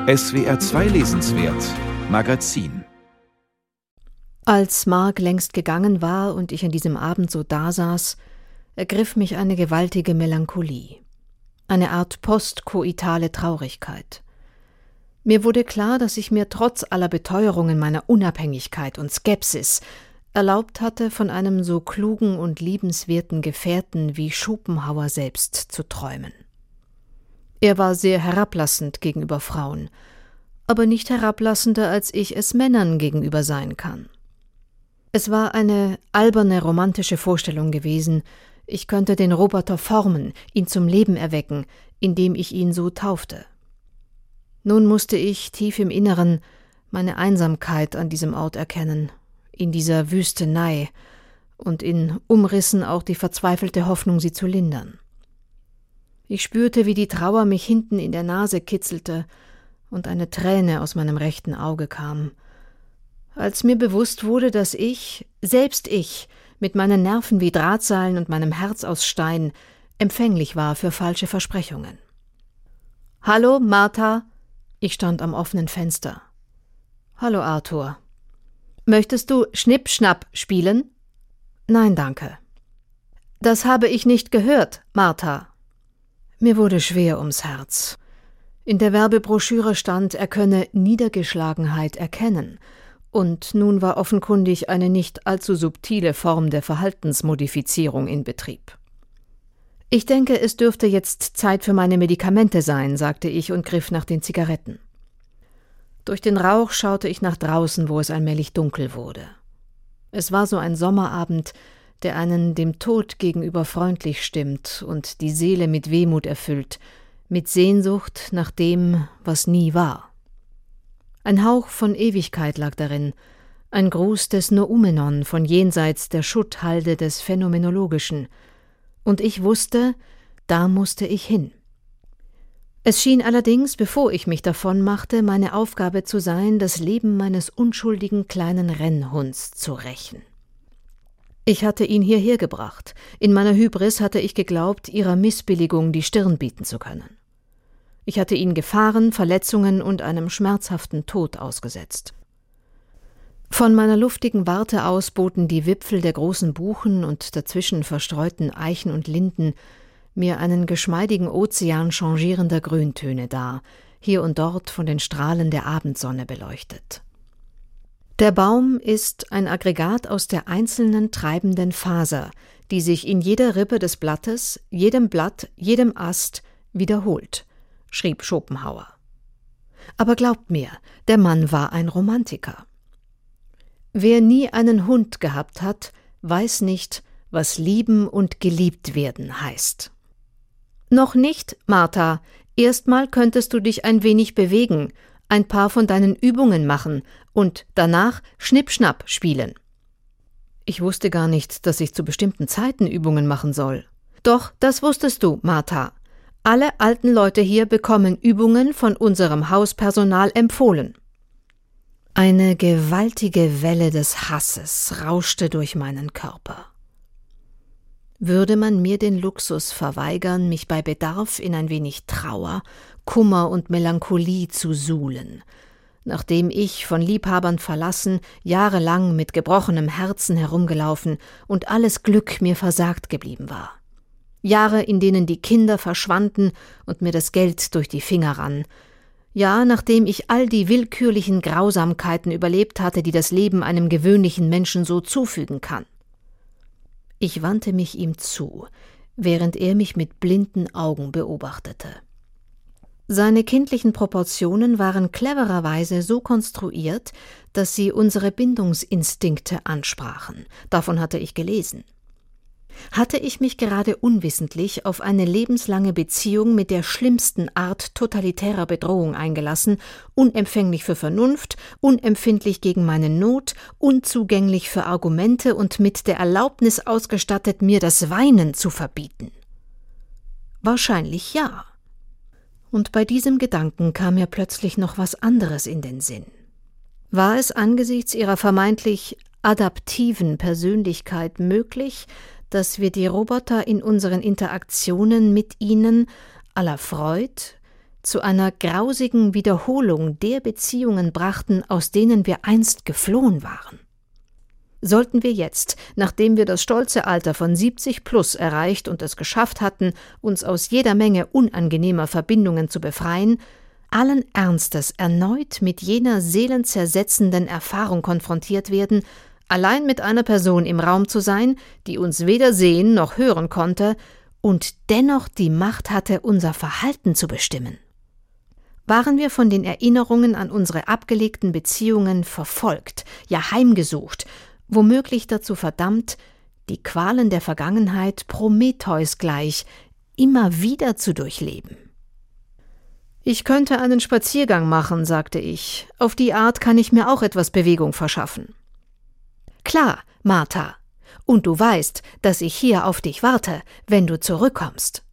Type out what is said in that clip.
SWR 2 Lesenswert Magazin. Als Mark längst gegangen war und ich an diesem Abend so dasaß, ergriff mich eine gewaltige Melancholie, eine Art postkoitale Traurigkeit. Mir wurde klar, dass ich mir trotz aller Beteuerungen meiner Unabhängigkeit und Skepsis erlaubt hatte, von einem so klugen und liebenswerten Gefährten wie Schopenhauer selbst zu träumen. Er war sehr herablassend gegenüber Frauen, aber nicht herablassender, als ich es Männern gegenüber sein kann. Es war eine alberne, romantische Vorstellung gewesen, ich könnte den Roboter formen, ihn zum Leben erwecken, indem ich ihn so taufte. Nun musste ich tief im Inneren meine Einsamkeit an diesem Ort erkennen, in dieser Wüstenei, und in Umrissen auch die verzweifelte Hoffnung, sie zu lindern. Ich spürte, wie die Trauer mich hinten in der Nase kitzelte und eine Träne aus meinem rechten Auge kam, als mir bewusst wurde, dass ich, selbst ich, mit meinen Nerven wie Drahtseilen und meinem Herz aus Stein, empfänglich war für falsche Versprechungen. »Hallo, Martha«, ich stand am offenen Fenster. »Hallo, Arthur. Möchtest du Schnipp-Schnapp spielen?« »Nein, danke.« »Das habe ich nicht gehört, Martha.« Mir wurde schwer ums Herz. In der Werbebroschüre stand, er könne Niedergeschlagenheit erkennen, und nun war offenkundig eine nicht allzu subtile Form der Verhaltensmodifizierung in Betrieb. »Ich denke, es dürfte jetzt Zeit für meine Medikamente sein«, sagte ich und griff nach den Zigaretten. Durch den Rauch schaute ich nach draußen, wo es allmählich dunkel wurde. Es war so ein Sommerabend, der einen dem Tod gegenüber freundlich stimmt und die Seele mit Wehmut erfüllt, mit Sehnsucht nach dem, was nie war. Ein Hauch von Ewigkeit lag darin, ein Gruß des Noumenon von jenseits der Schutthalde des Phänomenologischen, und ich wusste, da musste ich hin. Es schien allerdings, bevor ich mich davon machte, meine Aufgabe zu sein, das Leben meines unschuldigen kleinen Rennhunds zu rächen. Ich hatte ihn hierher gebracht. In meiner Hybris hatte ich geglaubt, ihrer Missbilligung die Stirn bieten zu können. Ich hatte ihn Gefahren, Verletzungen und einem schmerzhaften Tod ausgesetzt. Von meiner luftigen Warte aus boten die Wipfel der großen Buchen und dazwischen verstreuten Eichen und Linden mir einen geschmeidigen Ozean changierender Grüntöne dar, hier und dort von den Strahlen der Abendsonne beleuchtet. Der Baum ist ein Aggregat aus der einzelnen treibenden Faser, die sich in jeder Rippe des Blattes, jedem Blatt, jedem Ast wiederholt, schrieb Schopenhauer. Aber glaubt mir, der Mann war ein Romantiker. Wer nie einen Hund gehabt hat, weiß nicht, was lieben und geliebt werden heißt. »Noch nicht, Martha. Erstmal könntest du dich ein wenig bewegen, ein paar von deinen Übungen machen und danach Schnipp-Schnapp spielen.« Ich wusste gar nicht, dass ich zu bestimmten Zeiten Übungen machen soll. »Doch, das wusstest du, Martha. Alle alten Leute hier bekommen Übungen von unserem Hauspersonal empfohlen.« Eine gewaltige Welle des Hasses rauschte durch meinen Körper. Würde man mir den Luxus verweigern, mich bei Bedarf in ein wenig Trauer, Kummer und Melancholie zu suhlen, nachdem ich, von Liebhabern verlassen, jahrelang mit gebrochenem Herzen herumgelaufen und alles Glück mir versagt geblieben war? Jahre, in denen die Kinder verschwanden und mir das Geld durch die Finger rann. Ja, nachdem ich all die willkürlichen Grausamkeiten überlebt hatte, die das Leben einem gewöhnlichen Menschen so zufügen kann. Ich wandte mich ihm zu, während er mich mit blinden Augen beobachtete. Seine kindlichen Proportionen waren clevererweise so konstruiert, dass sie unsere Bindungsinstinkte ansprachen. Davon hatte ich gelesen. Hatte ich mich gerade unwissentlich auf eine lebenslange Beziehung mit der schlimmsten Art totalitärer Bedrohung eingelassen, unempfänglich für Vernunft, unempfindlich gegen meine Not, unzugänglich für Argumente und mit der Erlaubnis ausgestattet, mir das Weinen zu verbieten? Wahrscheinlich ja. Und bei diesem Gedanken kam mir plötzlich noch was anderes in den Sinn. War es angesichts ihrer vermeintlich adaptiven Persönlichkeit möglich, dass wir die Roboter in unseren Interaktionen mit ihnen à la Freud zu einer grausigen Wiederholung der Beziehungen brachten, aus denen wir einst geflohen waren. Sollten wir jetzt, nachdem wir das stolze Alter von 70 plus erreicht und es geschafft hatten, uns aus jeder Menge unangenehmer Verbindungen zu befreien, allen Ernstes erneut mit jener seelenzersetzenden Erfahrung konfrontiert werden, allein mit einer Person im Raum zu sein, die uns weder sehen noch hören konnte und dennoch die Macht hatte, unser Verhalten zu bestimmen? Waren wir von den Erinnerungen an unsere abgelegten Beziehungen verfolgt, ja heimgesucht, womöglich dazu verdammt, die Qualen der Vergangenheit Prometheus gleich immer wieder zu durchleben? »Ich könnte einen Spaziergang machen«, sagte ich. »Auf die Art kann ich mir auch etwas Bewegung verschaffen.« »Klar, Martha. Und du weißt, dass ich hier auf dich warte, wenn du zurückkommst.«